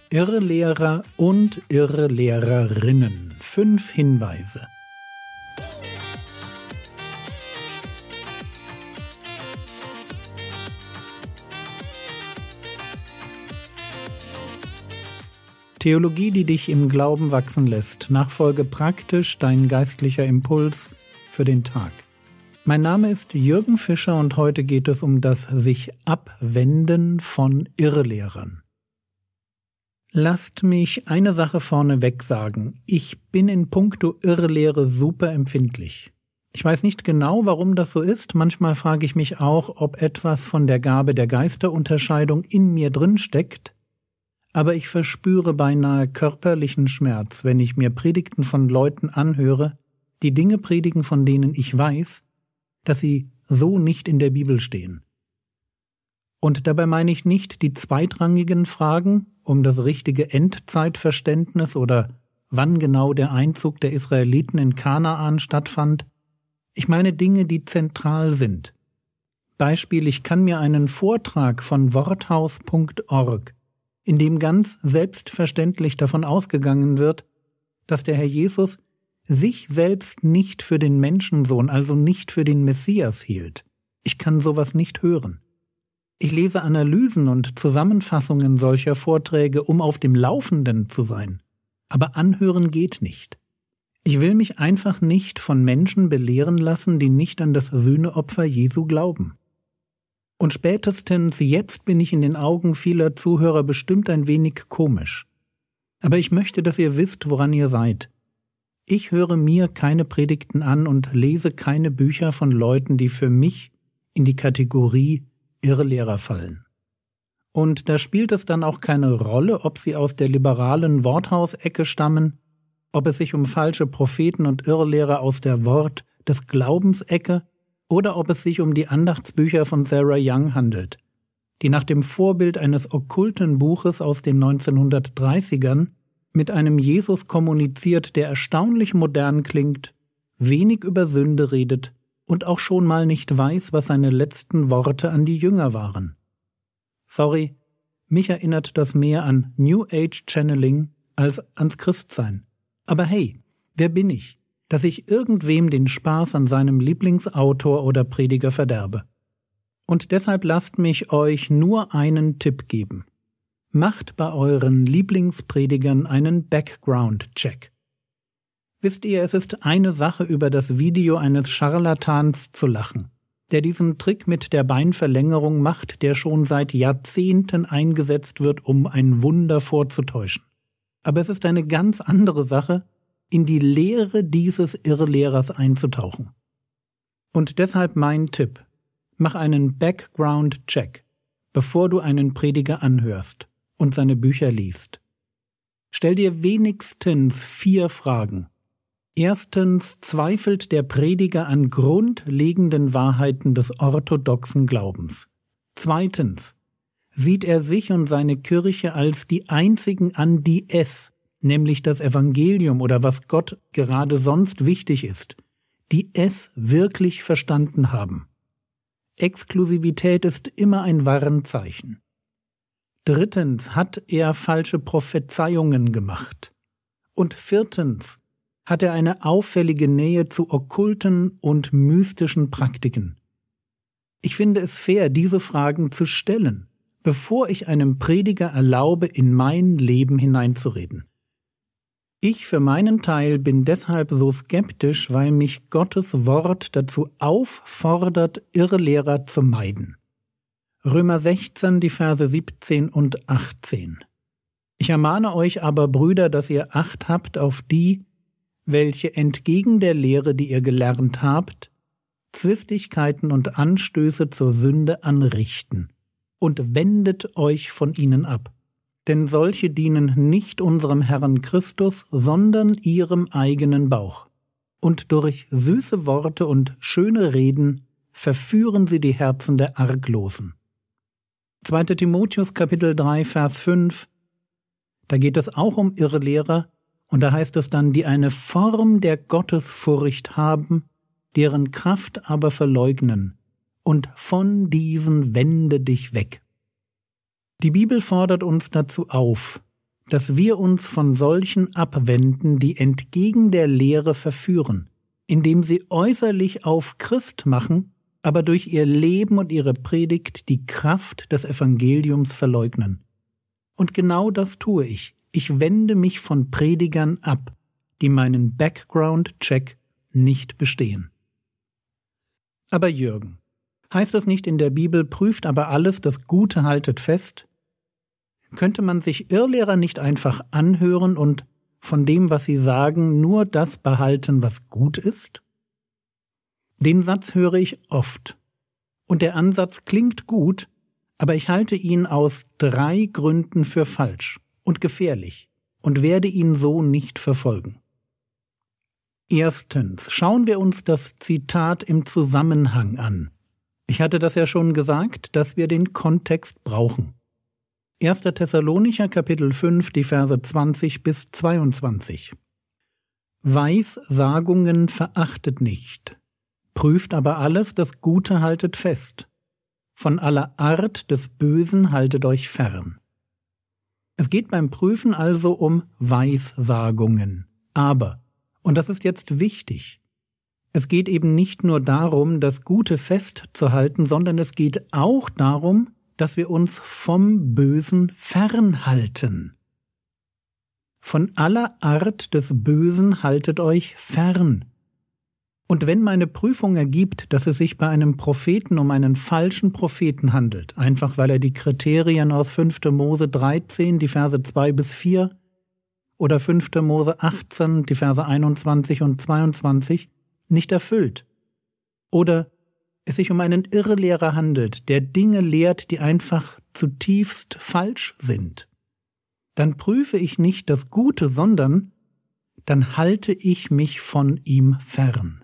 Irrlehrer und Irrlehrerinnen. 5 Hinweise. Theologie, die dich im Glauben wachsen lässt. Nachfolge praktisch, dein geistlicher Impuls für den Tag. Mein Name ist Jürgen Fischer und heute geht es um das sich abwenden von Irrlehrern. Lasst mich eine Sache vorneweg sagen. Ich bin in puncto Irrlehre super empfindlich. Ich weiß nicht genau, warum das so ist. Manchmal frage ich mich auch, ob etwas von der Gabe der Geisterunterscheidung in mir drin steckt. Aber ich verspüre beinahe körperlichen Schmerz, wenn ich mir Predigten von Leuten anhöre, die Dinge predigen, von denen ich weiß, dass sie so nicht in der Bibel stehen. Und dabei meine ich nicht die zweitrangigen Fragen um das richtige Endzeitverständnis oder wann genau der Einzug der Israeliten in Kanaan stattfand. Ich meine Dinge, die zentral sind. Beispiel, ich kann mir einen Vortrag von worthaus.org, in dem ganz selbstverständlich davon ausgegangen wird, dass der Herr Jesus sich selbst nicht für den Menschensohn, also nicht für den Messias hielt. Ich kann sowas nicht hören. Ich lese Analysen und Zusammenfassungen solcher Vorträge, um auf dem Laufenden zu sein. Aber anhören geht nicht. Ich will mich einfach nicht von Menschen belehren lassen, die nicht an das Sühneopfer Jesu glauben. Und spätestens jetzt bin ich in den Augen vieler Zuhörer bestimmt ein wenig komisch. Aber ich möchte, dass ihr wisst, woran ihr seid. Ich höre mir keine Predigten an und lese keine Bücher von Leuten, die für mich in die Kategorie Irrlehrer fallen. Und da spielt es dann auch keine Rolle, ob sie aus der liberalen Worthausecke stammen, ob es sich um falsche Propheten und Irrlehrer aus der Wort des Glaubensecke oder ob es sich um die Andachtsbücher von Sarah Young handelt, die nach dem Vorbild eines okkulten Buches aus den 1930ern mit einem Jesus kommuniziert, der erstaunlich modern klingt, wenig über Sünde redet und auch schon mal nicht weiß, was seine letzten Worte an die Jünger waren. Sorry, mich erinnert das mehr an New Age Channeling als ans Christsein. Aber hey, wer bin ich, dass ich irgendwem den Spaß an seinem Lieblingsautor oder Prediger verderbe? Und deshalb lasst mich euch nur einen Tipp geben. Macht bei euren Lieblingspredigern einen Background-Check. Wisst ihr, es ist eine Sache, über das Video eines Scharlatans zu lachen, der diesen Trick mit der Beinverlängerung macht, der schon seit Jahrzehnten eingesetzt wird, um ein Wunder vorzutäuschen. Aber es ist eine ganz andere Sache, in die Lehre dieses Irrlehrers einzutauchen. Und deshalb mein Tipp: Mach einen Background-Check, bevor du einen Prediger anhörst und seine Bücher liest. Stell dir wenigstens 4 Fragen. Erstens, zweifelt der Prediger an grundlegenden Wahrheiten des orthodoxen Glaubens? Zweitens, sieht er sich und seine Kirche als die einzigen an, die es, nämlich das Evangelium oder was Gott gerade sonst wichtig ist, die es wirklich verstanden haben? Exklusivität ist immer ein Warnzeichen. Drittens, hat er falsche Prophezeiungen gemacht? Und viertens, hat er eine auffällige Nähe zu okkulten und mystischen Praktiken? Ich finde es fair, diese Fragen zu stellen, bevor ich einem Prediger erlaube, in mein Leben hineinzureden. Ich für meinen Teil bin deshalb so skeptisch, weil mich Gottes Wort dazu auffordert, Irrlehrer zu meiden. Römer 16, die Verse 17 und 18. Ich ermahne euch aber, Brüder, dass ihr Acht habt auf die, welche entgegen der Lehre, die ihr gelernt habt, Zwistigkeiten und Anstöße zur Sünde anrichten, und wendet euch von ihnen ab. Denn solche dienen nicht unserem Herrn Christus, sondern ihrem eigenen Bauch. Und durch süße Worte und schöne Reden verführen sie die Herzen der Arglosen. 2. Timotheus Kapitel 3, Vers 5. Da geht es auch um Irrlehrer, und da heißt es dann, die eine Form der Gottesfurcht haben, deren Kraft aber verleugnen, und von diesen wende dich weg. Die Bibel fordert uns dazu auf, dass wir uns von solchen abwenden, die entgegen der Lehre verführen, indem sie äußerlich auf Christ machen, aber durch ihr Leben und ihre Predigt die Kraft des Evangeliums verleugnen. Und genau das tue ich. Ich wende mich von Predigern ab, die meinen Background-Check nicht bestehen. Aber Jürgen, heißt es nicht in der Bibel, prüft aber alles, das Gute haltet fest? Könnte man sich Irrlehrer nicht einfach anhören und von dem, was sie sagen, nur das behalten, was gut ist? Den Satz höre ich oft. Und der Ansatz klingt gut, aber ich halte ihn aus 3 Gründen für falsch und gefährlich und werde ihn so nicht verfolgen. Erstens, schauen wir uns das Zitat im Zusammenhang an. Ich hatte das ja schon gesagt, dass wir den Kontext brauchen. 1. Thessalonicher Kapitel 5, die Verse 20 bis 22. Weissagungen verachtet nicht, prüft aber alles, das Gute haltet fest. Von aller Art des Bösen haltet euch fern. Es geht beim Prüfen also um Weissagungen. Aber, und das ist jetzt wichtig, es geht eben nicht nur darum, das Gute festzuhalten, sondern es geht auch darum, dass wir uns vom Bösen fernhalten. Von aller Art des Bösen haltet euch fern. Und wenn meine Prüfung ergibt, dass es sich bei einem Propheten um einen falschen Propheten handelt, einfach weil er die Kriterien aus 5. Mose 13, die Verse 2 bis 4, oder 5. Mose 18, die Verse 21 und 22, nicht erfüllt, oder es sich um einen Irrlehrer handelt, der Dinge lehrt, die einfach zutiefst falsch sind, dann prüfe ich nicht das Gute, sondern dann halte ich mich von ihm fern.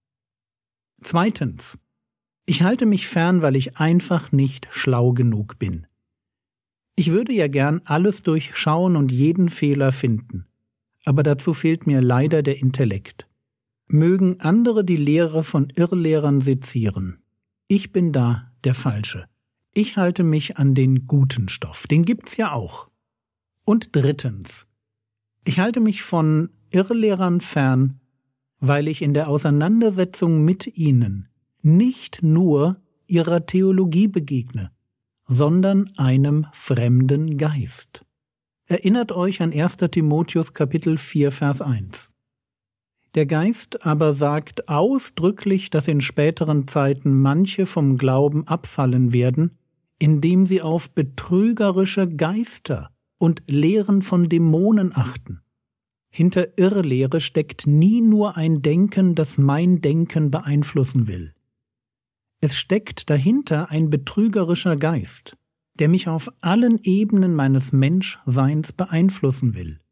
Zweitens, ich halte mich fern, weil ich einfach nicht schlau genug bin. Ich würde ja gern alles durchschauen und jeden Fehler finden, aber dazu fehlt mir leider der Intellekt. Mögen andere die Lehre von Irrlehrern sezieren. Ich bin da der Falsche. Ich halte mich an den guten Stoff. Den gibt's ja auch. Und drittens, ich halte mich von Irrlehrern fern, weil ich in der Auseinandersetzung mit ihnen nicht nur ihrer Theologie begegne, sondern einem fremden Geist. Erinnert euch an 1. Timotheus Kapitel 4, Vers 1. Der Geist aber sagt ausdrücklich, dass in späteren Zeiten manche vom Glauben abfallen werden, indem sie auf betrügerische Geister und Lehren von Dämonen achten. Hinter Irrlehre steckt nie nur ein Denken, das mein Denken beeinflussen will. Es steckt dahinter ein betrügerischer Geist, der mich auf allen Ebenen meines Menschseins beeinflussen will.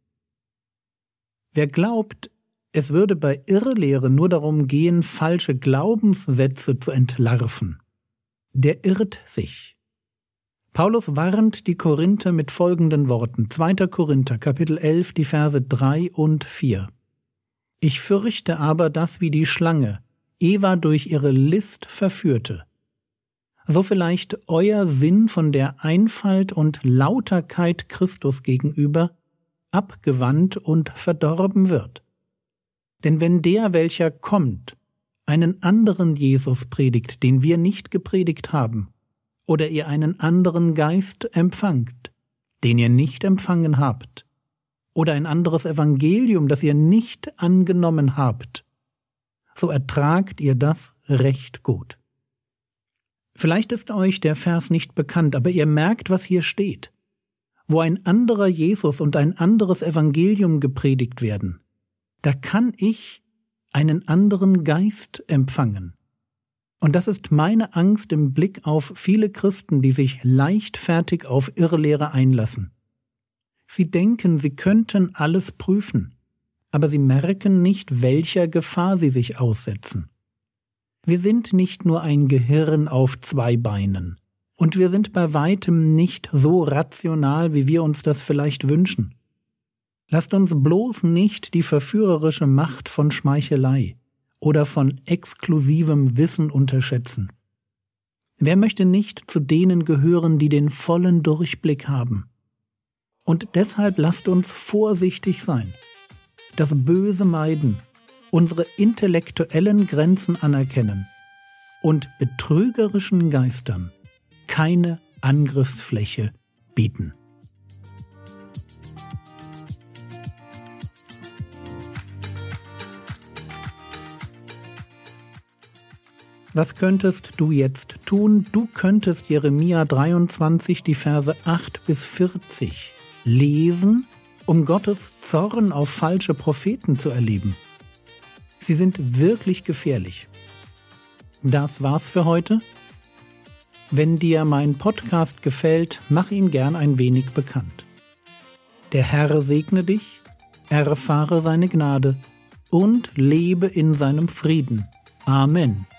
Wer glaubt, es würde bei Irrlehre nur darum gehen, falsche Glaubenssätze zu entlarven, der irrt sich. Paulus warnt die Korinther mit folgenden Worten, 2. Korinther, Kapitel 11, die Verse 3 und 4. Ich fürchte aber, dass wie die Schlange Eva durch ihre List verführte, so vielleicht euer Sinn von der Einfalt und Lauterkeit Christus gegenüber abgewandt und verdorben wird. Denn wenn der, welcher kommt, einen anderen Jesus predigt, den wir nicht gepredigt haben, oder ihr einen anderen Geist empfangt, den ihr nicht empfangen habt, oder ein anderes Evangelium, das ihr nicht angenommen habt, so ertragt ihr das recht gut. Vielleicht ist euch der Vers nicht bekannt, aber ihr merkt, was hier steht. Wo ein anderer Jesus und ein anderes Evangelium gepredigt werden, da kann ich einen anderen Geist empfangen. Und das ist meine Angst im Blick auf viele Christen, die sich leichtfertig auf Irrlehre einlassen. Sie denken, sie könnten alles prüfen, aber sie merken nicht, welcher Gefahr sie sich aussetzen. Wir sind nicht nur ein Gehirn auf 2 Beinen, und wir sind bei weitem nicht so rational, wie wir uns das vielleicht wünschen. Lasst uns bloß nicht die verführerische Macht von Schmeichelei oder von exklusivem Wissen unterschätzen. Wer möchte nicht zu denen gehören, die den vollen Durchblick haben? Und deshalb lasst uns vorsichtig sein, das Böse meiden, unsere intellektuellen Grenzen anerkennen und betrügerischen Geistern keine Angriffsfläche bieten. Was könntest du jetzt tun? Du könntest Jeremia 23, die Verse 8 bis 40 lesen, um Gottes Zorn auf falsche Propheten zu erleben. Sie sind wirklich gefährlich. Das war's für heute. Wenn dir mein Podcast gefällt, mach ihn gern ein wenig bekannt. Der Herr segne dich, erfahre seine Gnade und lebe in seinem Frieden. Amen.